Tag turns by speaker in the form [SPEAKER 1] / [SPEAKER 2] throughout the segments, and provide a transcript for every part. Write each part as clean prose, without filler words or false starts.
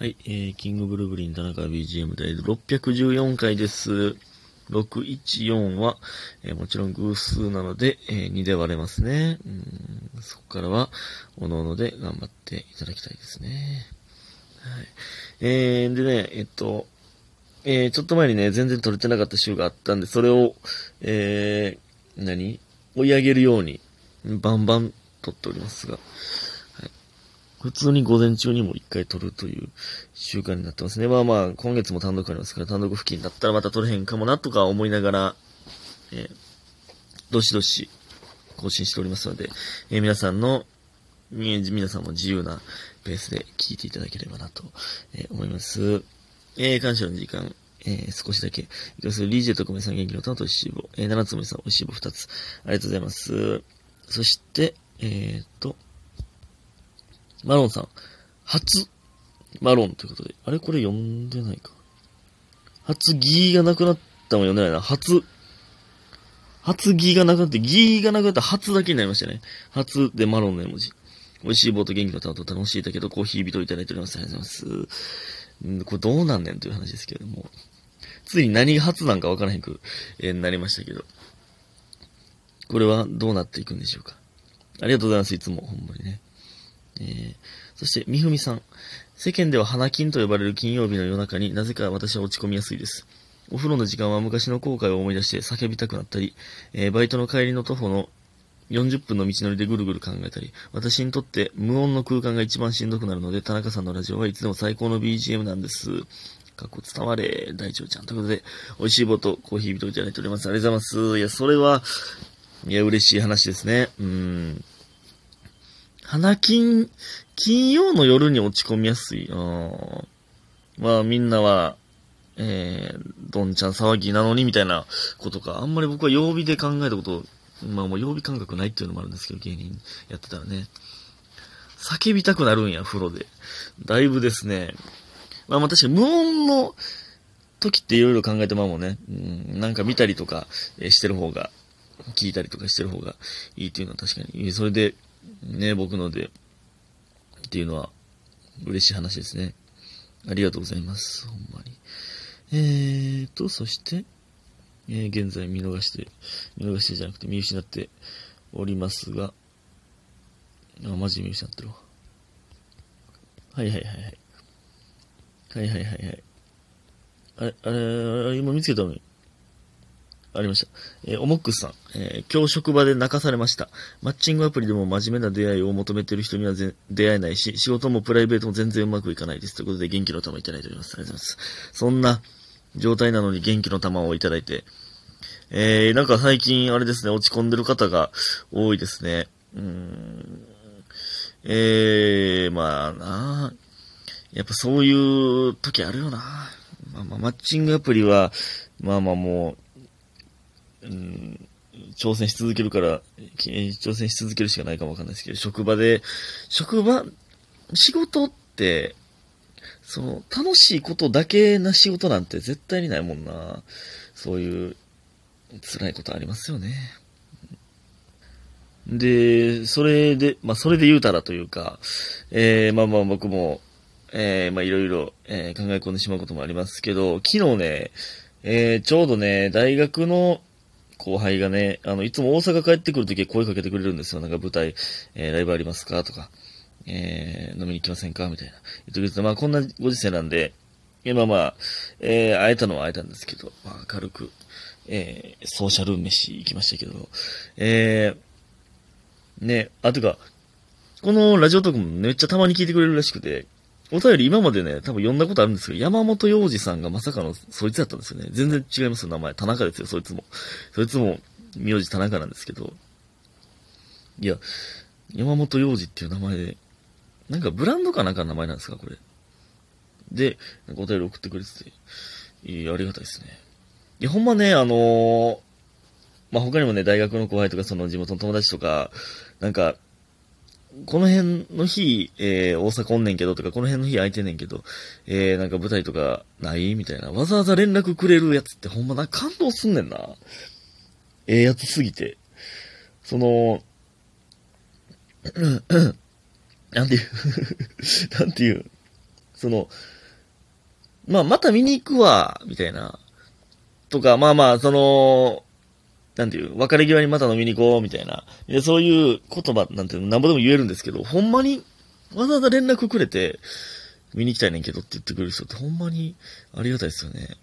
[SPEAKER 1] はい、キングブルブリン田中 BGM 第614回です。614は、もちろん偶数なので、2で割れますね。そこからは、おのおので頑張っていただきたいですね。はい。でね、ちょっと前にね、全然取れてなかった週があったんで、それを、追い上げるように、バンバン取っておりますが、普通に午前中にも一回取るという習慣になってますね。まあまあ、今月も単独ありますから、単独付近だったらまた取れへんかもなとか思いながら、どしどし更新しておりますので、皆さんも自由なペースで聞いていただければなと、思います。感謝の時間、少しだけ、いきます。リージェとコメさん元気の玉とおいしい棒、七つもりさんおいしい棒2つ、ありがとうございます。そして、マロンさん、初マロンということで。あれこれ読んでないか。初ギーがなくなったも読んでないな。初ギーがなくなって、ギーがなくなったら初だけになりましたね。初でマロンの絵文字。美味しい棒と元気の玉と楽しいだけどコーヒー人いただいております。ありがとうございます。これどうなんねんという話ですけれども。ついに何が初なんかわからへんく、なりましたけど。これはどうなっていくんでしょうか。ありがとうございます。いつも、ほんまにね。そして、みふみさん。世間では花金と呼ばれる金曜日の夜中になぜか私は落ち込みやすいです。お風呂の時間は昔の後悔を思い出して叫びたくなったり、バイトの帰りの徒歩の40分の道のりでぐるぐる考えたり、私にとって無音の空間が一番しんどくなるので、田中さんのラジオはいつでも最高の BGM なんです。かっこ伝われ、大丈夫ちゃん。ということで、美味しい棒とコーヒー人いただいております。ありがとうございます。いや、それは、嬉しい話ですね。金曜の夜に落ち込みやすい。まあみんなは、どんちゃん騒ぎなのにみたいなことか。あんまり僕は曜日で考えたこと、まあもう曜日感覚ないっていうのもあるんですけど、芸人やってたらね。叫びたくなるんや、風呂で。だいぶですね。まあ確かに無音の時っていろいろ考えてまうもんね。なんか見たりとかしてる方が、聞いたりとかしてる方がいいっていうのは確かに。それで、ね、僕ので、っていうのは、嬉しい話ですね。ありがとうございます。ほんまに。そして、現在見逃してじゃなくて見失っておりますが、マジで見失ってるわ。はいはいはいはい。はいはいはいはい。あれ、今見つけたのに。ありました。おもっくさん、今日職場で泣かされました。マッチングアプリでも真面目な出会いを求めている人には出会えないし、仕事もプライベートも全然うまくいかないです。ということで元気の玉いただいております。ありがとうございます。そんな状態なのに元気の玉をいただいて、なんか最近あれですね、落ち込んでる方が多いですね。まあなやっぱそういう時あるよな。まあマッチングアプリは、まあまあもう、挑戦し続けるから、挑戦し続けるしかないかもわかんないですけど、仕事って、楽しいことだけな仕事なんて絶対にないもんな。そういう辛いことありますよね。で、それで言うたらというか、まあまあ僕も、まあいろいろ、考え込んでしまうこともありますけど、昨日ね、ちょうどね、大学の後輩がね、いつも大阪帰ってくるとき声かけてくれるんですよ。なんか舞台、ライブありますかとか、飲みに行きませんかみたいな。言ってくれて、まあこんなご時世なんで、まあまあ、会えたのは会えたんですけど、まあ軽く、ソーシャル飯行きましたけど、ね、てか、このラジオトークもめっちゃたまに聞いてくれるらしくて、お便り今までね、多分読んだことあるんですけど、山本洋二さんがまさかのそいつだったんですよね。全然違いますよ、名前。田中ですよ、そいつも。そいつも、名字田中なんですけど。いや、山本洋二っていう名前で、なんかブランドかなんかの名前なんですか、これ。で、なんかお便り送ってくれてて、ありがたいですね。いや、ほんまね、まあ、他にもね、大学の後輩とか、その地元の友達とか、なんか、この辺の日、大阪おんねんけどとか、この辺の日空いてんねんけど、なんか舞台とかないみたいな。わざわざ連絡くれるやつってほんまな、感動すんねんな。やつすぎて。なんていうなんていう、 また見に行くわ、みたいな。とか、なんていう、別れ際にまた飲みに行こう、みたいな。で、そういう言葉なんてなんぼでも言えるんですけど、ほんまに、わざわざ連絡くれて、見に行きたいねんけどって言ってくれる人ってほんまにありがたいですよね。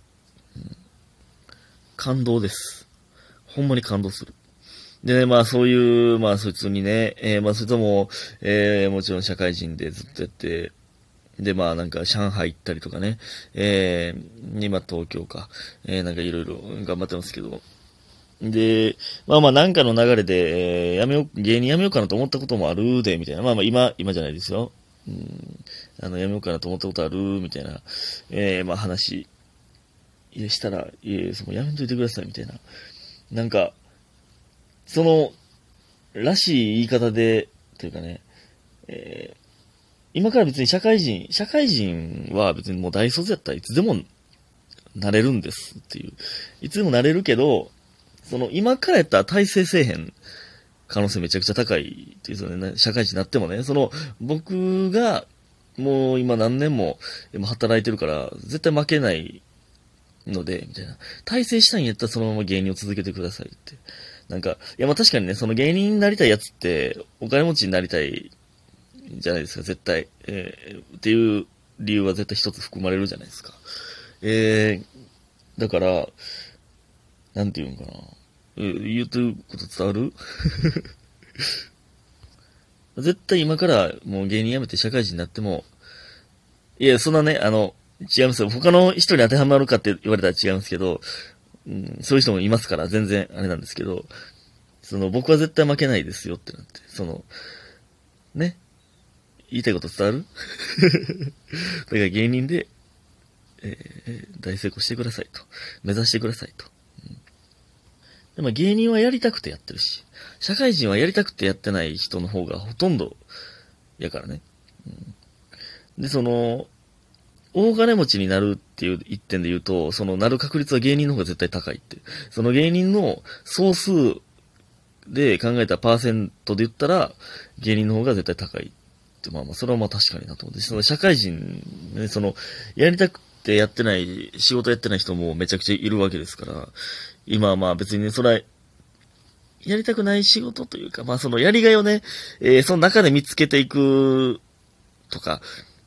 [SPEAKER 1] 感動です。ほんまに感動する。でね、そういう、そいつにね、そいつも、もちろん社会人でずっとやって、で、なんか、上海行ったりとかね、今東京か、なんかいろいろ頑張ってますけど、で、なんかの流れで、芸人辞めようかなと思ったこともあるで、みたいな。今じゃないですよ。辞めようかなと思ったことある、みたいな、話、したら、その辞めといてください、みたいな。なんか、らしい言い方で、というかね、今から別に社会人は別にもう大卒やったらいつでもなれるんですっていう。いつでもなれるけど、今からやったら大成せえへん可能性めちゃくちゃ高いっていうね、社会人になってもね、僕がもう今何年も働いてるから、絶対負けないので、みたいな。大成したいんやったらそのまま芸人を続けてくださいって。なんか、確かにね、その芸人になりたいやつって、お金持ちになりたいじゃないですか、絶対。っていう理由は絶対一つ含まれるじゃないですか。だから、なんていうんかな。言うてること伝わる絶対今からもう芸人辞めて社会人になっても、いや、そんなね、違いますよ。他の人に当てはまるかって言われたら違うんですけど、そういう人もいますから、全然あれなんですけど、僕は絶対負けないですよってなって、ね、言いたいこと伝わるだから芸人で、大成功してくださいと。目指してくださいと。でも芸人はやりたくてやってるし、社会人はやりたくてやってない人の方がほとんどやからね。で、大金持ちになるっていう一点で言うと、なる確率は芸人の方が絶対高いって。その芸人の総数で考えたパーセントで言ったら、芸人の方が絶対高いって、それは確かになと思って、社会人、ね、やりたくてやってない、仕事やってない人もめちゃくちゃいるわけですから、今は別にね、それは、やりたくない仕事というか、やりがいをね、その中で見つけていくとか、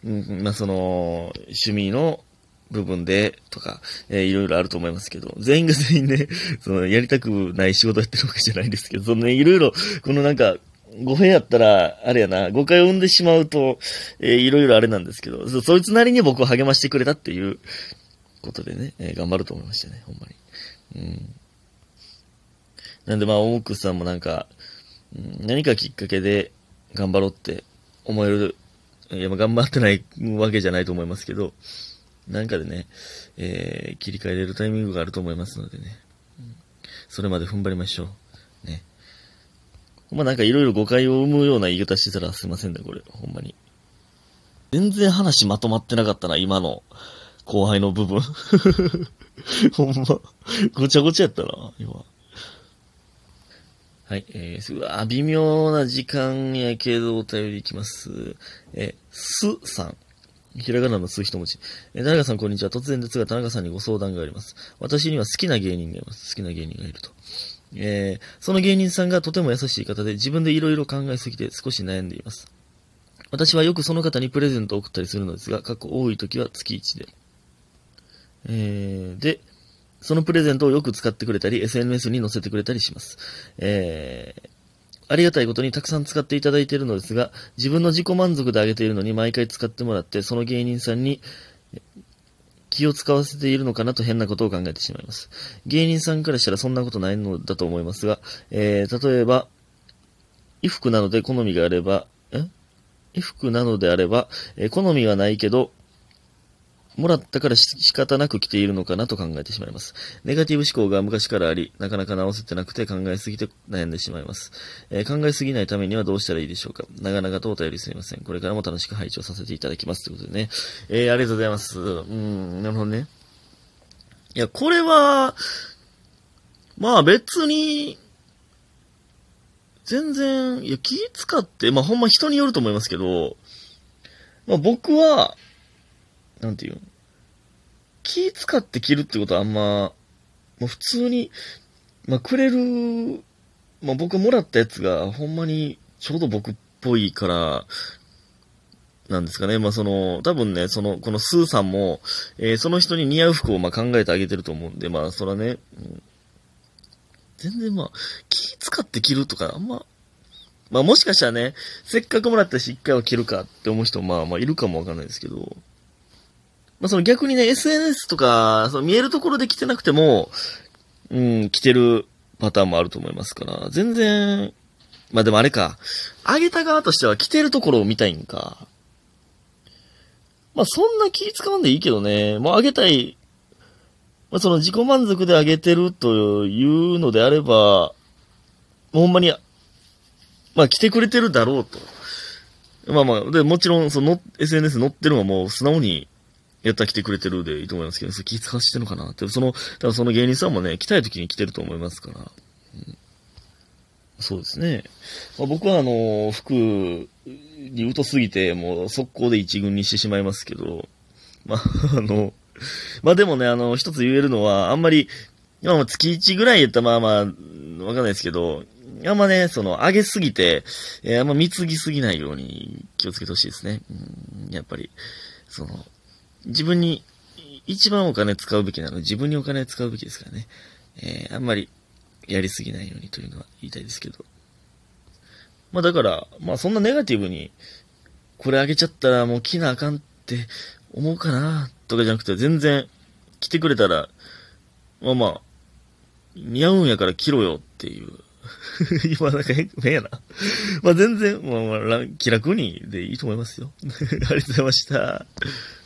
[SPEAKER 1] 趣味の部分でとか、いろいろあると思いますけど、全員が全員ね、やりたくない仕事やってるわけじゃないんですけど、いろいろ、語弊やったら、あれやな、誤解を生んでしまうと、いろいろあれなんですけど、そいつなりに僕を励ましてくれたっていうことでね、頑張ると思いましたね、ほんまに。なんで奥さんもなんか、何かきっかけで頑張ろうって思える、いや頑張ってないわけじゃないと思いますけど、なんかでね、切り替えれるタイミングがあると思いますのでね、それまで踏ん張りましょう。ね。なんかいろいろ誤解を生むような言い方してたらすいませんね、これ。ほんまに。全然話まとまってなかったな、今の後輩の部分。ほんま、ごちゃごちゃやったな、今。はい、微妙な時間やけどお便りいきます。すさん。ひらがなのす一文字。田中さんこんにちは。突然ですが、田中さんにご相談があります。私には好きな芸人がいます。好きな芸人がいると。その芸人さんがとても優しい方で、自分でいろいろ考えすぎて少し悩んでいます。私はよくその方にプレゼントを送ったりするのですが、過去多い時は月1で。で、そのプレゼントをよく使ってくれたり、SNS に載せてくれたりします。ありがたいことにたくさん使っていただいているのですが、自分の自己満足であげているのに毎回使ってもらって、その芸人さんに気を使わせているのかなと変なことを考えてしまいます。芸人さんからしたらそんなことないのだと思いますが、例えば、衣服なので好みがあれば、衣服なのであれば、好みはないけど、もらったから仕方なく着ているのかなと考えてしまいます。ネガティブ思考が昔からあり、なかなか直せてなくて考えすぎて悩んでしまいます。考えすぎないためにはどうしたらいいでしょうか。長々とお便りすみません。これからも楽しく拝聴させていただきます。ということでね。ありがとうございます。なるほどね。いや、これは、別に、全然、いや、気使って、ほんま人によると思いますけど、僕は、 なんていうの、気使って着るってことはあんま、もう普通に、まあ、くれる、まあ、僕もらったやつがほんまにちょうど僕っぽいから、なんですかね。まあ、多分ね、このスーさんも、その人に似合う服をまあ考えてあげてると思うんで、まあ、そらね、全然まあ、気使って着るとか、あんま、まあもしかしたらね、せっかくもらったし一回は着るかって思う人もまあまあいるかもわかんないですけど、まあ逆にね、SNS とか、見えるところで着てなくても、着てるパターンもあると思いますから、全然、まあでもあれか、あげた側としては着てるところを見たいんか。まあそんな気使わんでいいけどね、もうあげたい、まあ自己満足であげてるというのであれば、もうほんまに、まあ来てくれてるだろうと。まあまあ、で、もちろん、SNS 載ってるのはもう素直に、やったら来てくれてるでいいと思いますけど、気使わしてるのかなって。多分その芸人さんもね、来たい時に来てると思いますから。そうですね。まあ、僕は服に疎すぎて、もう速攻で一軍にしてしまいますけど、まあ、まあでもね、一つ言えるのは、あんまり、まあ月1ぐらいやったらまあまあ、わかんないですけど、あんまね、上げすぎて、あんま貢ぎすぎないように気をつけてほしいですね。やっぱり、自分に一番お金使うべきなので、自分にお金使うべきですからね。あんまりやりすぎないようにというのは言いたいですけど。まあだから、まあそんなネガティブに、これあげちゃったらもう着なあかんって思うかなとかじゃなくて、全然着てくれたら、まあまあ、似合うんやから着ろよっていう。今なんか変やな。まあ全然、まあまあ、気楽にでいいと思いますよ。ありがとうございました。